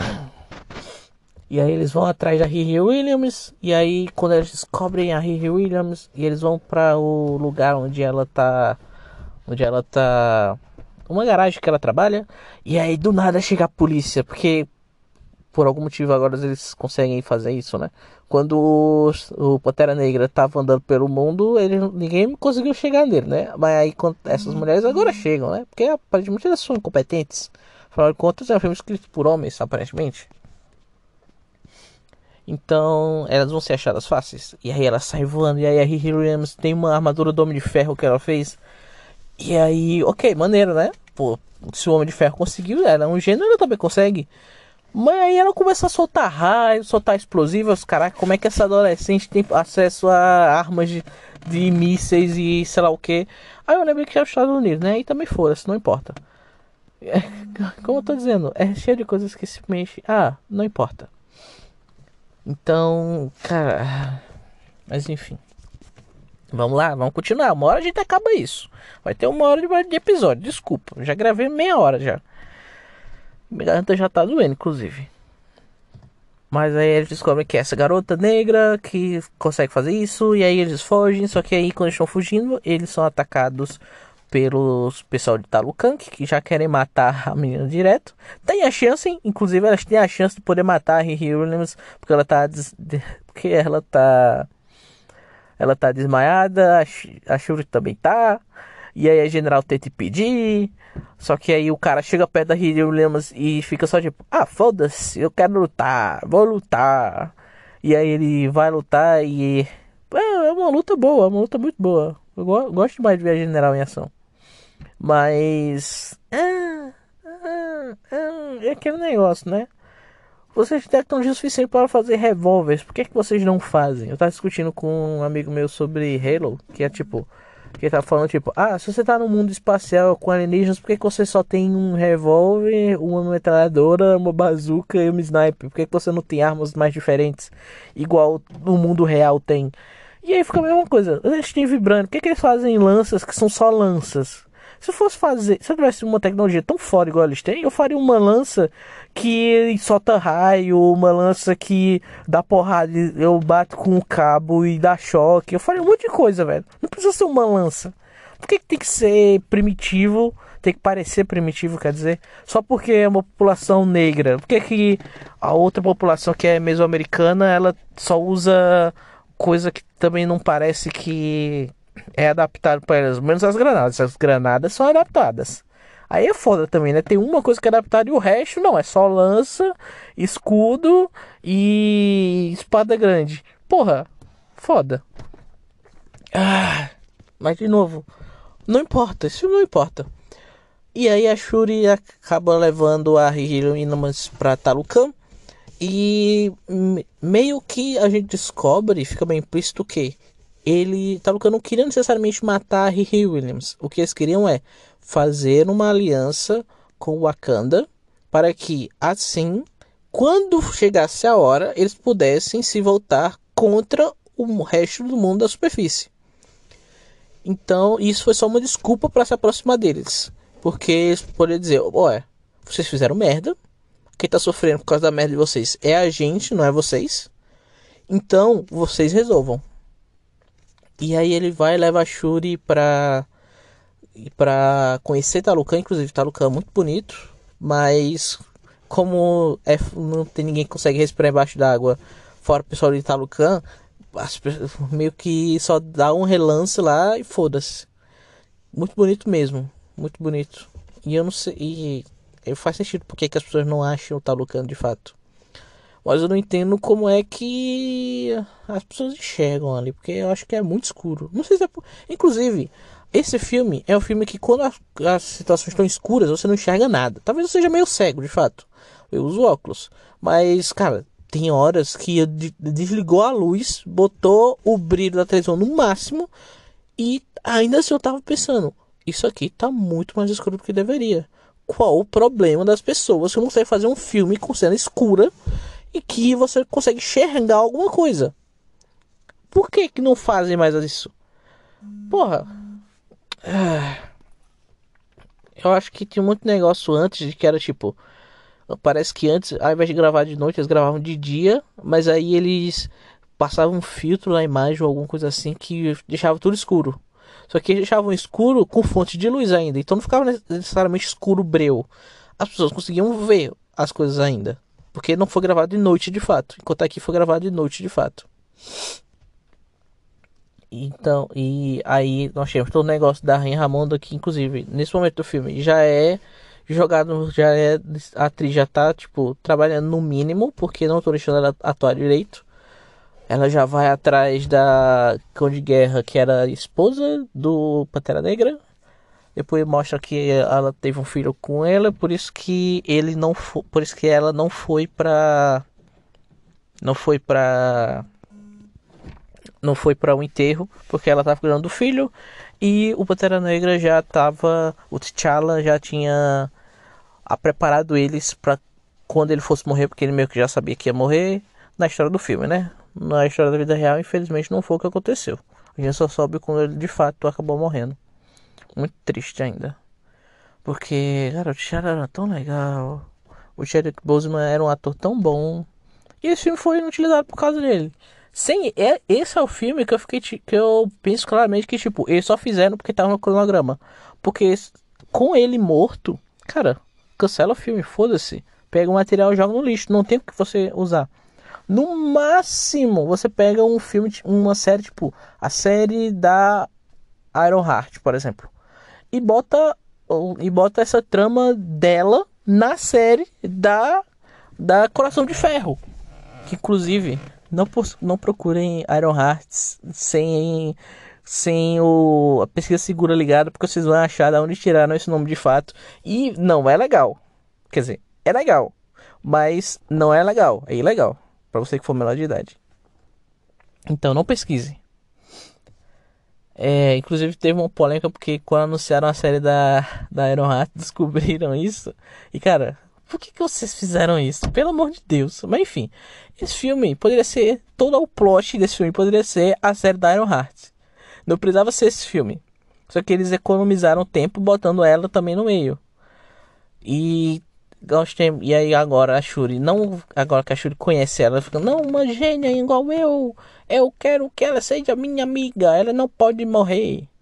Speaker 1: E aí eles vão atrás da Riri Williams. E aí quando eles descobrem a Riri Williams, e eles vão para o lugar onde ela tá, onde ela tá, uma garagem que ela trabalha. E aí do nada chega a polícia, porque por algum motivo agora eles conseguem fazer isso, né? Quando o, o Pantera Negra tava andando pelo mundo, ele, ninguém conseguiu chegar nele, né? Mas aí quando essas mulheres agora chegam, né? Porque aparentemente elas são incompetentes. Afinal de contas é um filme escrito por homens, aparentemente. Então elas vão ser achadas fáceis. E aí ela sai voando. E aí a Riri Williams tem uma armadura do Homem de Ferro que ela fez. E aí, ok, maneiro, né? Pô, se o Homem de Ferro conseguiu, ela é um gênio, ela também consegue. Mas aí ela começa a soltar raios, soltar explosivos. Caraca, como é que essa adolescente tem acesso a armas de, de mísseis e sei lá o que? Aí eu lembrei que é os Estados Unidos, né? E também foda-se, não importa. É, como eu tô dizendo, é cheio de coisas que se mexe. Ah, não importa. Então, cara, mas enfim, vamos lá, vamos continuar. Uma hora a gente acaba isso. Vai ter uma hora de, de episódio, desculpa. Eu já gravei meia hora já. Minha garganta já tá doendo, inclusive. Mas aí eles descobrem que é essa garota negra que consegue fazer isso. E aí eles fogem. Só que aí quando eles estão fugindo, eles são atacados pelos pessoal de Talocan, que já querem matar a menina direto. Tem a chance, inclusive elas têm a chance de poder matar a Riri Williams, porque ela tá des... porque ela tá ela tá desmaiada, a Shuri também tá. E aí a general tenta impedir, só que aí o cara chega perto da Riri Williams e fica só tipo, ah, foda-se, eu quero lutar, vou lutar. E aí ele vai lutar e é uma luta boa, é uma luta muito boa. Eu gosto demais de ver a general em ação. Mas ah, ah, ah, é aquele negócio, né? Vocês têm tecnologia suficiente para fazer revólveres. Por que, é que vocês não fazem? Eu tava discutindo com um amigo meu sobre Halo, que é tipo, que ele tá falando tipo, ah, se você tá no mundo espacial com alienígenas, por que, que você só tem um revólver, uma metralhadora, uma bazuca e um sniper? Por que, que você não tem armas mais diferentes, igual no mundo real tem? E aí fica a mesma coisa. Eles têm vibrando. Por que, que eles fazem lanças que são só lanças? Se eu fosse fazer, se eu tivesse uma tecnologia tão foda igual eles têm, eu faria uma lança que solta raio, uma lança que dá porrada, eu bato com o cabo e dá choque. Eu faria um monte de coisa, velho. Não precisa ser uma lança. Por que, que tem que ser primitivo? Tem que parecer primitivo, quer dizer? Só porque é uma população negra. Por que, que a outra população que é mesoamericana, ela só usa coisa que também não parece que é adaptado para elas? Menos as granadas. As granadas são adaptadas. Aí é foda também, né? Tem uma coisa que é adaptada e o resto não. É só lança, escudo e espada grande. Porra, foda. Ah, mas de novo, não importa. Isso não importa. E aí a Shuri acaba levando a Hiro Inamas pra Talocan. E meio que a gente descobre, fica bem implícito que ele, Talocan não queria necessariamente matar a Riri Williams. O que eles queriam é fazer uma aliança com Wakanda para que assim, quando chegasse a hora, eles pudessem se voltar contra o resto do mundo da superfície. Então isso foi só uma desculpa para se aproximar deles. Porque eles poderiam dizer, olha, vocês fizeram merda. Quem tá sofrendo por causa da merda de vocês é a gente, não é vocês. Então, vocês resolvam. E aí ele vai e leva a Shuri pra, pra conhecer Talocan. Inclusive, Talocan é muito bonito. Mas, como é, não tem ninguém que consegue respirar embaixo d'água, fora o pessoal de Talocan, meio que só dá um relance lá e foda-se. Muito bonito mesmo. Muito bonito. E eu não sei. E faz sentido porque que as pessoas não acham o Talocan de fato. Mas eu não entendo como é que as pessoas enxergam ali. Porque eu acho que é muito escuro. Não sei se é. Inclusive, esse filme é um filme que quando as, as situações estão escuras, você não enxerga nada. Talvez eu seja meio cego, de fato. Eu uso óculos. Mas, cara, tem horas que desligou a luz, botou o brilho da televisão no máximo. E ainda assim eu tava pensando. Isso aqui tá muito mais escuro do que deveria. Qual o problema das pessoas que não conseguem fazer um filme com cena escura e que você consegue enxergar alguma coisa? Por que que não fazem mais isso? Porra. Eu acho que tinha muito negócio antes de que era tipo... Parece que antes, ao invés de gravar de noite, eles gravavam de dia. Mas aí eles passavam um filtro na imagem ou alguma coisa assim que deixava tudo escuro. Só que eles deixavam escuro com fonte de luz ainda. Então não ficava necessariamente escuro breu. As pessoas conseguiam ver as coisas ainda. Porque não foi gravado de noite de fato. Enquanto aqui foi gravado de noite de fato. Então, e aí nós temos todo o negócio da Rainha Ramonda que inclusive nesse momento do filme já é jogado, já é, a atriz já tá tipo trabalhando no mínimo. Porque não tô deixando ela atuar direito. Ela já vai atrás da Cão de Guerra, que era a esposa do Pantera Negra. Depois mostra que ela teve um filho com ela, por isso que ele não foi, por isso que ela não foi pra não foi pra não foi para o enterro, porque ela tava cuidando do filho e o Pantera Negra já tava, o T'Challa já tinha a preparado eles para quando ele fosse morrer, porque ele meio que já sabia que ia morrer na história do filme, né? Na história da vida real, infelizmente, não foi o que aconteceu. A gente só soube quando ele de fato acabou morrendo. Muito triste ainda. Porque, cara, o T'Challa era tão legal. O Chadwick Boseman era um ator tão bom. E esse filme foi inutilizado por causa dele. Sem, é, esse é o filme que eu fiquei que eu penso claramente que, tipo, eles só fizeram porque tava no cronograma. Porque com ele morto, cara, cancela o filme, foda-se. Pega o material e joga no lixo. Não tem o que você usar. No máximo, você pega um filme, uma série, tipo, a série da Ironheart, por exemplo. E bota, e bota essa trama dela na série da, da Coração de Ferro. Que, inclusive, não, não procurem Ironheart sem, sem o, a pesquisa segura ligada, porque vocês vão achar de onde tiraram esse nome de fato. E não é legal. Quer dizer, é legal, mas não é legal, é ilegal. Pra você que for menor de idade. Então não pesquise. É, inclusive teve uma polêmica porque quando anunciaram a série da, da Ironheart descobriram isso. E cara, por que, que vocês fizeram isso? Pelo amor de Deus. Mas enfim, esse filme poderia ser, todo o plot desse filme poderia ser a série da Ironheart. Não precisava ser esse filme. Só que eles economizaram tempo botando ela também no meio. E gostei. E aí agora a Shuri, não, agora que a Shuri conhece ela, ela fica, não, uma gênia igual eu, eu quero que ela seja minha amiga, ela não pode morrer.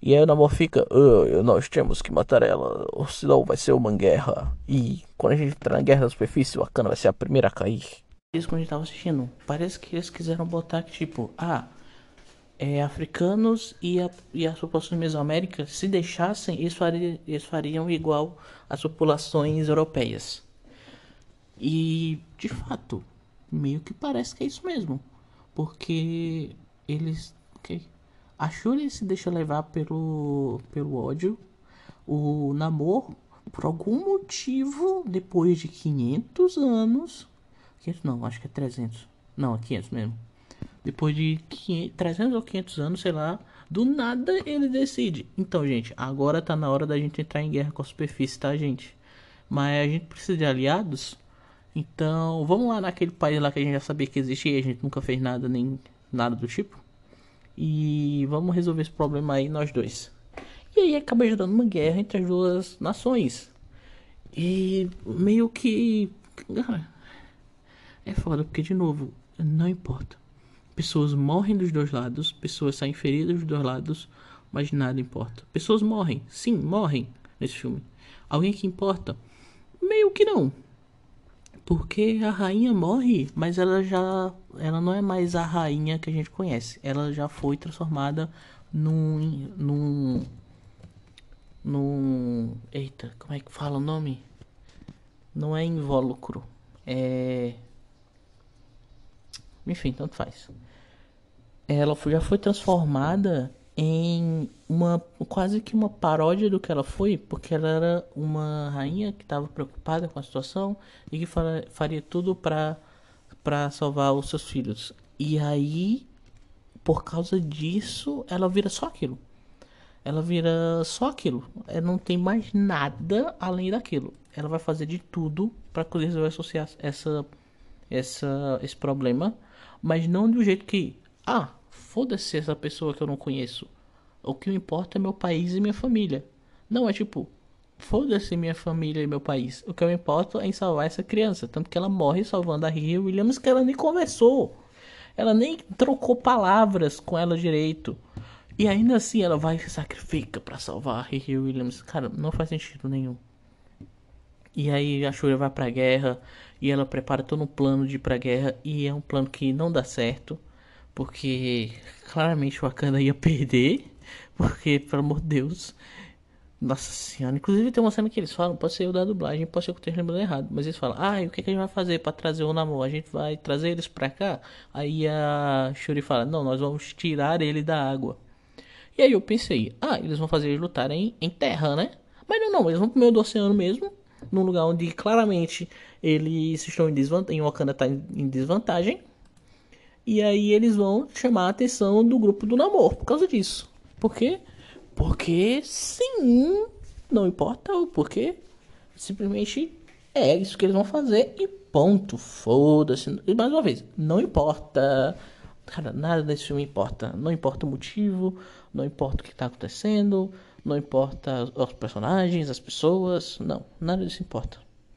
Speaker 1: E aí o Namor fica, "Ah, nós temos que matar ela, ou senão vai ser uma guerra. E quando a gente entrar na guerra da superfície, o Wakanda vai ser a primeira a cair." Isso quando a gente tava assistindo, parece que eles quiseram botar que tipo, ah, é, africanos e, a, e as populações Mesoamérica, se deixassem, eles fariam, eles fariam igual às populações europeias. E, de fato, meio que parece que é isso mesmo. Porque eles. Ok. A Shuri se deixa levar pelo, pelo ódio. O Namor, por algum motivo, depois de quinhentos anos. quinhentos não, acho que é trezentos. Não, é quinhentos mesmo. Depois de quinhentos, trezentos ou quinhentos anos, sei lá. Do nada ele decide. Então, gente, agora tá na hora da gente entrar em guerra com a superfície, tá, gente? Mas a gente precisa de aliados. Então, vamos lá naquele país lá que a gente já sabia que existia e a gente nunca fez nada, nem nada do tipo. E vamos resolver esse problema aí, nós dois. E aí acaba gerando uma guerra entre as duas nações. E meio que. Cara, é foda, porque de novo, não importa. Pessoas morrem dos dois lados, pessoas saem feridas dos dois lados, mas nada importa. Pessoas morrem, sim, morrem nesse filme. Alguém que importa? Meio que não. Porque a rainha morre, mas ela já. Ela não é mais a rainha que a gente conhece. Ela já foi transformada num. num. num. Eita, como é que fala o nome? Não é invólucro. É. Enfim, tanto faz. Ela já foi transformada em uma quase que uma paródia do que ela foi, porque ela era uma rainha que estava preocupada com a situação e que faria tudo para para salvar os seus filhos. E aí, por causa disso, ela vira só aquilo. Ela vira só aquilo. Ela não tem mais nada além daquilo. Ela vai fazer de tudo para poder resolver associar essa essa esse problema, mas não do jeito que, ah, foda-se essa pessoa que eu não conheço. O que me importa é meu país e minha família. Não, é tipo, foda-se minha família e meu país. O que eu importo é em salvar essa criança. Tanto que ela morre salvando a Riri Williams, que ela nem conversou. Ela nem trocou palavras com ela direito. E ainda assim ela vai e se sacrifica pra salvar a Riri Williams. Cara, não faz sentido nenhum. E aí a Shuri vai pra guerra e ela prepara todo um plano de ir pra guerra. E é um plano que não dá certo. Porque claramente o Wakanda ia perder. Porque, pelo amor de Deus. Nossa senhora. Inclusive tem uma cena que eles falam. Pode ser o da dublagem, pode ser que eu esteja lembrando errado. Mas eles falam, ah, e o que, que a gente vai fazer pra trazer o Namor? A gente vai trazer eles pra cá? Aí a Shuri fala, não, nós vamos tirar ele da água. E aí eu pensei, ah, eles vão fazer eles lutarem em terra, né? Mas não, não, eles vão pro meio do oceano mesmo. Num lugar onde claramente eles estão em desvantagem. Em Wakanda tá em desvantagem. E aí eles vão chamar a atenção do grupo do Namor por causa disso. Por quê? Porque sim, não importa o porquê. Simplesmente é isso que eles vão fazer e ponto. Foda-se. E mais uma vez, não importa. Cara, nada desse filme importa. Não importa o motivo, não importa o que tá acontecendo, não importa os personagens, as pessoas. Não, nada disso importa.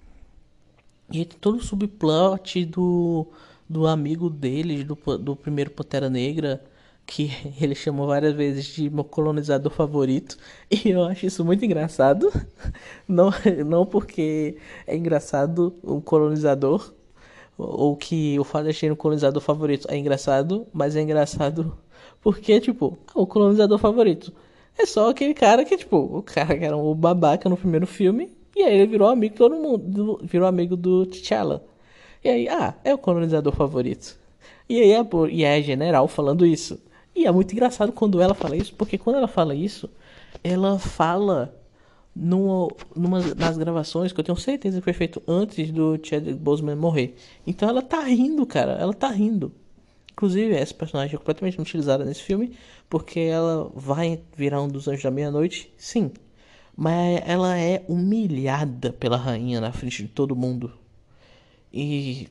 Speaker 1: E tem todo o subplot do, do amigo deles, do, do primeiro Pantera Negra, que ele chamou várias vezes de meu colonizador favorito. E eu acho isso muito engraçado. Não, não porque é engraçado um colonizador, ou que o fato de ser um colonizador favorito é engraçado, mas é engraçado porque, tipo, o colonizador favorito é só aquele cara que, tipo, o cara que era um babaca no primeiro filme, e aí ele virou amigo de todo mundo, virou amigo do T'Challa. E aí, ah, é o colonizador favorito. E aí é, e é a general falando isso. E é muito engraçado quando ela fala isso, porque quando ela fala isso, ela fala numa, numa, nas gravações que eu tenho certeza que foi feito antes do Chadwick Boseman morrer. Então ela tá rindo, cara, ela tá rindo. Inclusive, essa personagem é completamente utilizada nesse filme, porque ela vai virar um dos Anjos da Meia-Noite, sim. Mas ela é humilhada pela rainha na frente de todo mundo. E...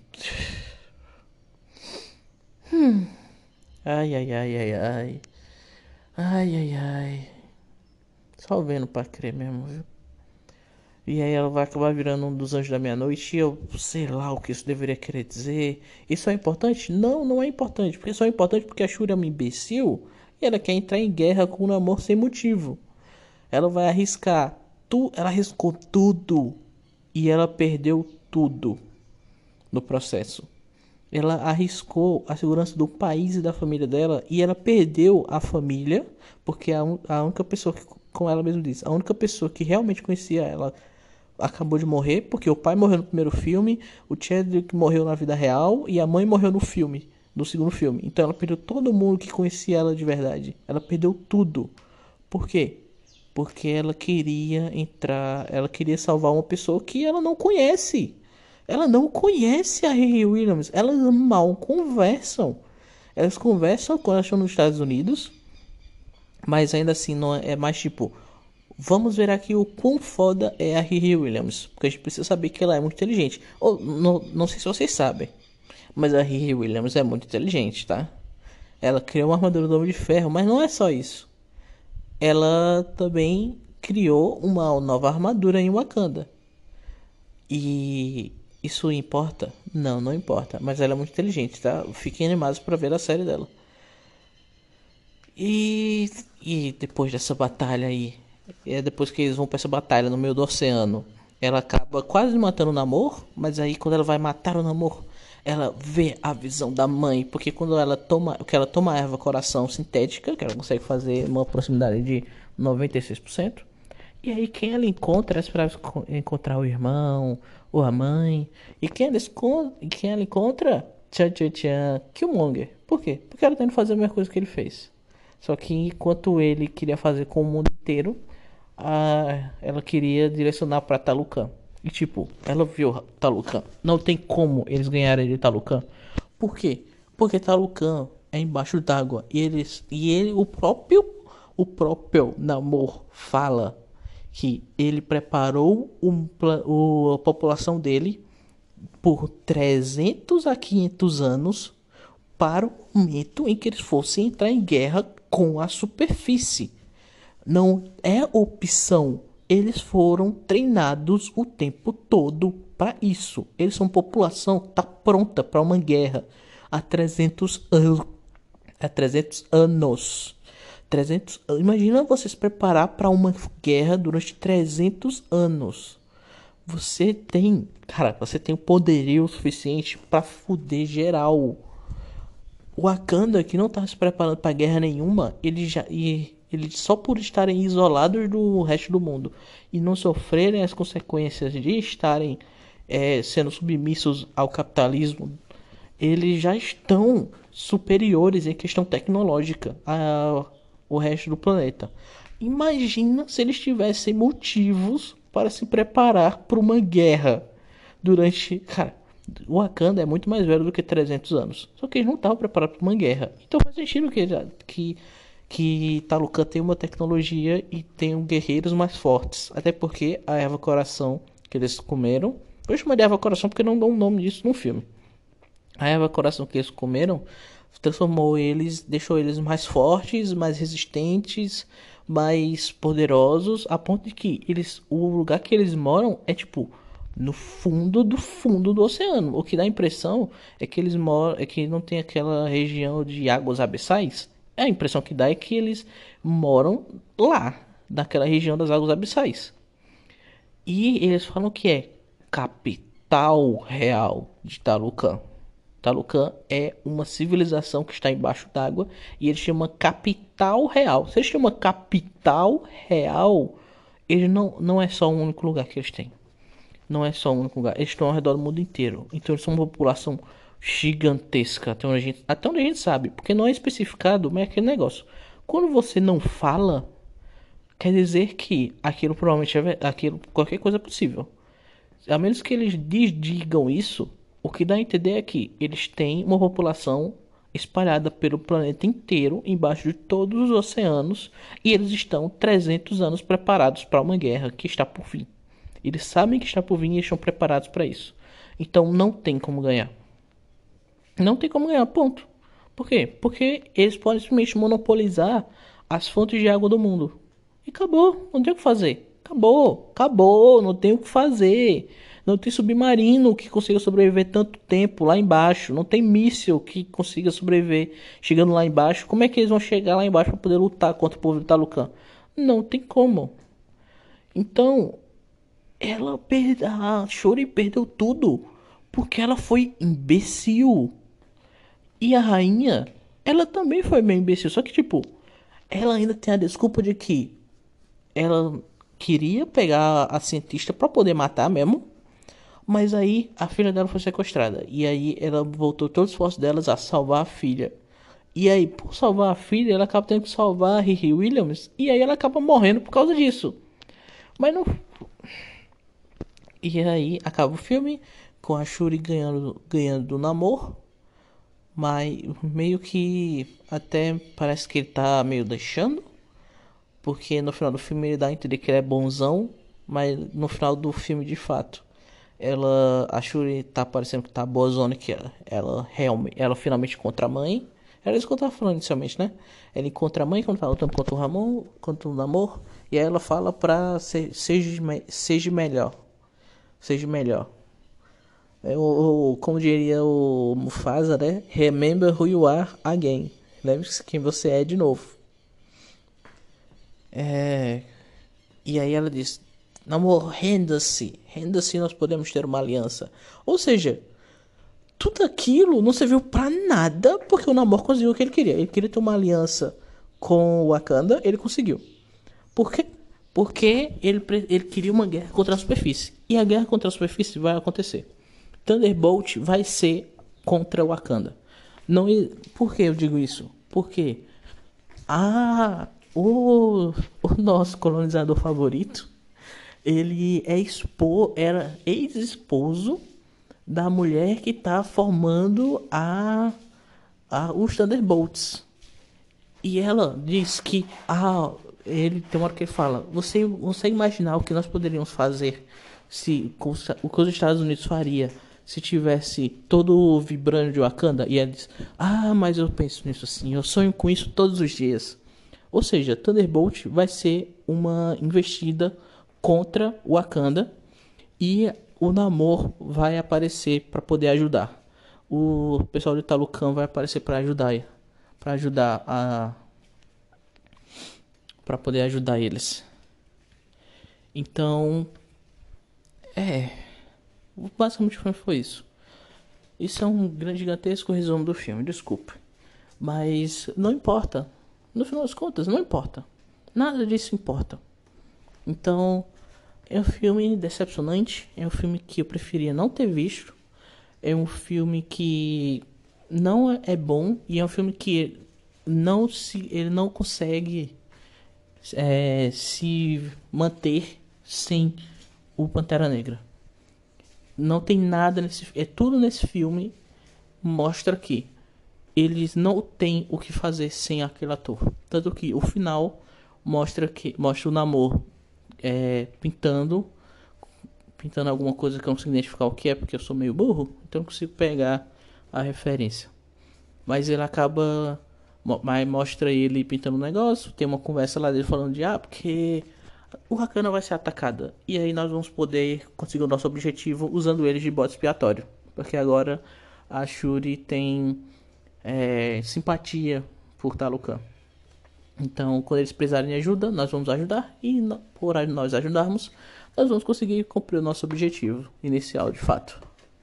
Speaker 1: Hum. Ai, ai, ai, ai, ai. Ai, ai, ai. Só vendo pra crer mesmo, viu? E aí ela vai acabar virando um dos Anjos da Meia-Noite. E eu sei lá o que isso deveria querer dizer. Isso é importante? Não, não é importante. Porque só é importante porque a Shuri é uma imbecil. E ela quer entrar em guerra com o Namor sem motivo. Ela vai arriscar tu, ela arriscou tudo e ela perdeu tudo no processo. Ela arriscou a segurança do país e da família dela e ela perdeu a família, porque a, un- a única pessoa que, como ela mesma disse, a única pessoa que realmente conhecia ela acabou de morrer, porque o pai morreu no primeiro filme, o Chadwick morreu na vida real e a mãe morreu no filme, no segundo filme. Então ela perdeu todo mundo que conhecia ela de verdade. Ela perdeu tudo. Por quê? Porque ela queria entrar, ela queria salvar uma pessoa que ela não conhece. Ela não conhece a Riri Williams. Elas mal conversam. Elas conversam quando elas estão nos Estados Unidos, mas ainda assim não é, é mais tipo, vamos ver aqui o quão foda é a Riri Williams, porque a gente precisa saber que ela é muito inteligente. Ou não, não sei se vocês sabem, mas a Riri Williams é muito inteligente, tá? Ela criou uma armadura do Homem de Ferro, mas não é só isso. Ela também criou uma nova armadura em Wakanda. E isso importa? Não, não importa. Mas ela é muito inteligente, tá? Fiquem animados para ver a série dela. E, e depois dessa batalha aí, é depois que eles vão pra essa batalha no meio do oceano, ela acaba quase matando o Namor, mas aí quando ela vai matar o Namor, ela vê a visão da mãe, porque quando ela toma, que ela toma a erva coração sintética, que ela consegue fazer uma proximidade de noventa e seis por cento, e aí quem ela encontra, ela esperava encontrar o irmão ou a mãe, e quem ela, esco- quem ela encontra, tchan tchan tchan, Killmonger. Por quê? Porque ela tá indo fazer a mesma coisa que ele fez. Só que enquanto ele queria fazer com o mundo inteiro, a, ela queria direcionar pra Talucan. E tipo, ela viu Talucan. Não tem como eles ganharem de Talucan. Por quê? Porque Talucan é embaixo d'água. E eles. E ele, o próprio. O próprio Namor fala que ele preparou um, o, a população dele por trezentos a quinhentos anos para o momento em que eles fossem entrar em guerra com a superfície. Não é opção. Eles foram treinados o tempo todo para isso. Eles são população que está pronta para uma guerra há trezentos anos. Há trezentos anos. trezentos, imagina você se preparar para uma guerra durante trezentos anos. Você tem, cara, você tem o poderio suficiente para fuder geral. O Wakanda, que não tá se preparando para guerra nenhuma, ele já e ele só por estarem isolados do resto do mundo e não sofrerem as consequências de estarem é, sendo submissos ao capitalismo, eles já estão superiores em questão tecnológica ao resto do planeta. Imagina se eles tivessem motivos para se preparar para uma guerra durante, cara, o Wakanda é muito mais velho do que trezentos anos. Só que eles não estavam preparados para uma guerra. Então faz sentido que, que, que Talucan tem uma tecnologia e tem guerreiros mais fortes. Até porque a erva coração que eles comeram. Eu chamo de erva coração porque não dão o nome disso no filme. A erva coração que eles comeram transformou eles, deixou eles mais fortes, mais resistentes, mais poderosos, a ponto de que eles, o lugar que eles moram é tipo no fundo do fundo do oceano. O que dá a impressão é que eles moram, é que não tem aquela região de águas abissais. A impressão que dá é que eles moram lá, naquela região das águas abissais. E eles falam que é capital real de Talucan. Talucan é uma civilização que está embaixo d'água e eles chamam capital real. Se eles chamam capital real, ele não, não é só um único lugar que eles têm. Não é só um único lugar. Eles estão ao redor do mundo inteiro. Então eles são uma população gigantesca. Até onde a gente, até onde a gente sabe. Porque não é especificado, mas é aquele negócio. Quando você não fala, quer dizer que aquilo provavelmente é aquilo, qualquer coisa é possível. A menos que eles desdigam isso, o que dá a entender é que eles têm uma população espalhada pelo planeta inteiro, embaixo de todos os oceanos, e eles estão trezentos anos preparados para uma guerra que está por vir. Eles sabem que está por vir e estão preparados para isso. Então não tem como ganhar. Não tem como ganhar, ponto. Por quê? Porque eles podem simplesmente monopolizar as fontes de água do mundo. E acabou, não tem o que fazer. Acabou, acabou, não tem o que fazer. Não tem submarino que consiga sobreviver tanto tempo lá embaixo. Não tem míssil que consiga sobreviver chegando lá embaixo. Como é que eles vão chegar lá embaixo para poder lutar contra o povo de Talocan? Não tem como. Então, ela perdeu, a Shuri perdeu tudo porque ela foi imbecil. E a rainha, ela também foi meio imbecil. Só que, tipo, ela ainda tem a desculpa de que ela queria pegar a cientista pra poder matar mesmo. Mas aí a filha dela foi sequestrada. E aí ela voltou todos os esforços delas a salvar a filha. E aí, por salvar a filha, ela acaba tendo que salvar a Riri Williams. E aí ela acaba morrendo por causa disso. Mas não. E aí acaba o filme com a Shuri ganhando, ganhando do Namor. Mas meio que até parece que ele tá meio deixando. Porque no final do filme ele dá a entender que ele é bonzão. Mas no final do filme, de fato, ela, a Shuri tá parecendo que tá boazona, que ela, ela realmente, ela finalmente encontra a mãe. Era isso que eu tava falando inicialmente, né? Ela encontra a mãe quando tá lutando contra o Ramon, contra o Namor. E aí ela fala pra ser, seja, seja melhor. Seja melhor. É, o, como diria o Mufasa, né? Remember who you are again. Lembre-se quem você é de novo. É... E aí ela diz: Namor, renda-se. Renda-se, nós podemos ter uma aliança. Ou seja, tudo aquilo não serviu pra nada, porque o Namor conseguiu o que ele queria. Ele queria ter uma aliança com o Wakanda, ele conseguiu. Por quê? Porque ele, ele queria uma guerra contra a superfície. E a guerra contra a superfície vai acontecer. Thunderbolt vai ser contra o Wakanda. Não, por que eu digo isso? Porque ah, o, o nosso colonizador favorito, ele é expo, era ex-esposo da mulher que está formando a, a, os Thunderbolts. E ela diz que ah, ele tem uma hora que ele fala: você consegue imaginar o que nós poderíamos fazer se o que os Estados Unidos faria se tivesse todo vibrando de Wakanda? E ela diz: ah, mas eu penso nisso assim, eu sonho com isso todos os dias. Ou seja, Thunderbolt vai ser uma investida contra Wakanda e o Namor vai aparecer para poder ajudar. O pessoal de Talocan vai aparecer para ajudar, para ajudar a, para poder ajudar eles. Então, é, basicamente foi isso. Isso é um grande, gigantesco resumo do filme, desculpe. Mas não importa. No final das contas, não importa. Nada disso importa. Então, é um filme decepcionante. É um filme que eu preferia não ter visto. É um filme que não é bom. E é um filme que não se, ele não consegue é, se manter sem o Pantera Negra. Não tem nada nesse... É tudo nesse filme mostra que eles não têm o que fazer sem aquele ator. Tanto que o final mostra que mostra o Namor é, pintando pintando alguma coisa que eu não consigo identificar o que é, porque eu sou meio burro, então não consigo pegar a referência. Mas ele acaba, mas mostra ele pintando um negócio, tem uma conversa lá dele falando de ah, porque o Wakanda vai ser atacada e aí nós vamos poder conseguir o nosso objetivo usando eles de bode expiatório, porque agora a Shuri tem É, simpatia por Talocan. Então, quando eles precisarem de ajuda, nós vamos ajudar. E por nós ajudarmos, nós vamos conseguir cumprir o nosso objetivo inicial, de fato.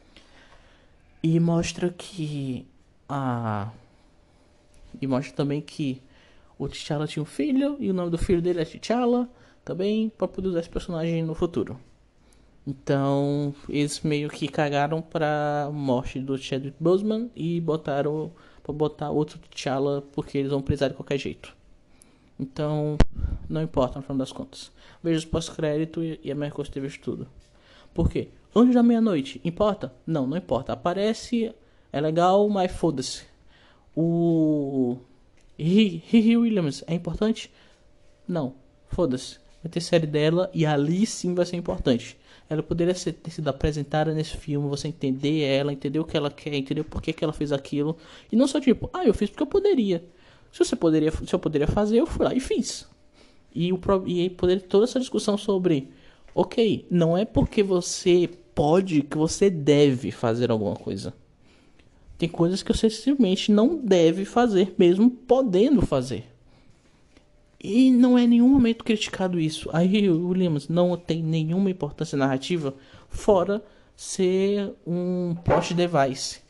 Speaker 1: E mostra que a e mostra também que o T'Challa tinha um filho e o nome do filho dele é T'Challa, também para poder usar esse personagem no futuro. Então, eles meio que cagaram pra morte do Chadwick Boseman e botaram pra botar outro T'Challa porque eles vão precisar de qualquer jeito. Então, não importa no final das contas. Veja os pós-crédito e a minha coisa ter visto tudo. Por quê? Antes da meia-noite, importa? Não, não importa. Aparece, é legal, mas foda-se. O Riri Williams é importante? Não, foda-se. Vai ter série dela e ali sim vai ser importante. Ela poderia ser, ter sido apresentada nesse filme, você entender ela, entender o que ela quer, entender por que, que ela fez aquilo. E não só tipo, ah, eu fiz porque eu poderia. Se você poderia, se eu poderia fazer, eu fui lá e fiz. E, o, e aí poderia ter toda essa discussão sobre, ok, não é porque você pode, que você deve fazer alguma coisa. Tem coisas que você simplesmente não deve fazer, mesmo podendo fazer. E não é em nenhum momento criticado isso. Aí o Williams não tem nenhuma importância narrativa fora ser um plot device.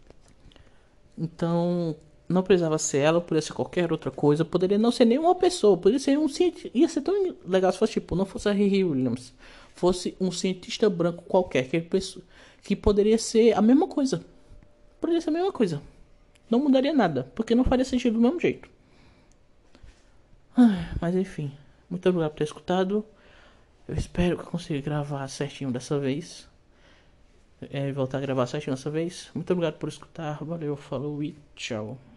Speaker 1: Então, não precisava ser ela, poderia ser qualquer outra coisa, poderia não ser nenhuma pessoa, poderia ser um cientista. Ia ser tão legal se fosse tipo, não fosse a Riri Williams, fosse um cientista branco qualquer, que, pessoa, que poderia ser a mesma coisa. Poderia ser a mesma coisa. Não mudaria nada, porque não faria sentido do mesmo jeito. Mas enfim, muito obrigado por ter escutado. Eu espero que eu consiga gravar certinho dessa vez. É, voltar a gravar certinho dessa vez. Muito obrigado por escutar. Valeu, falou e tchau.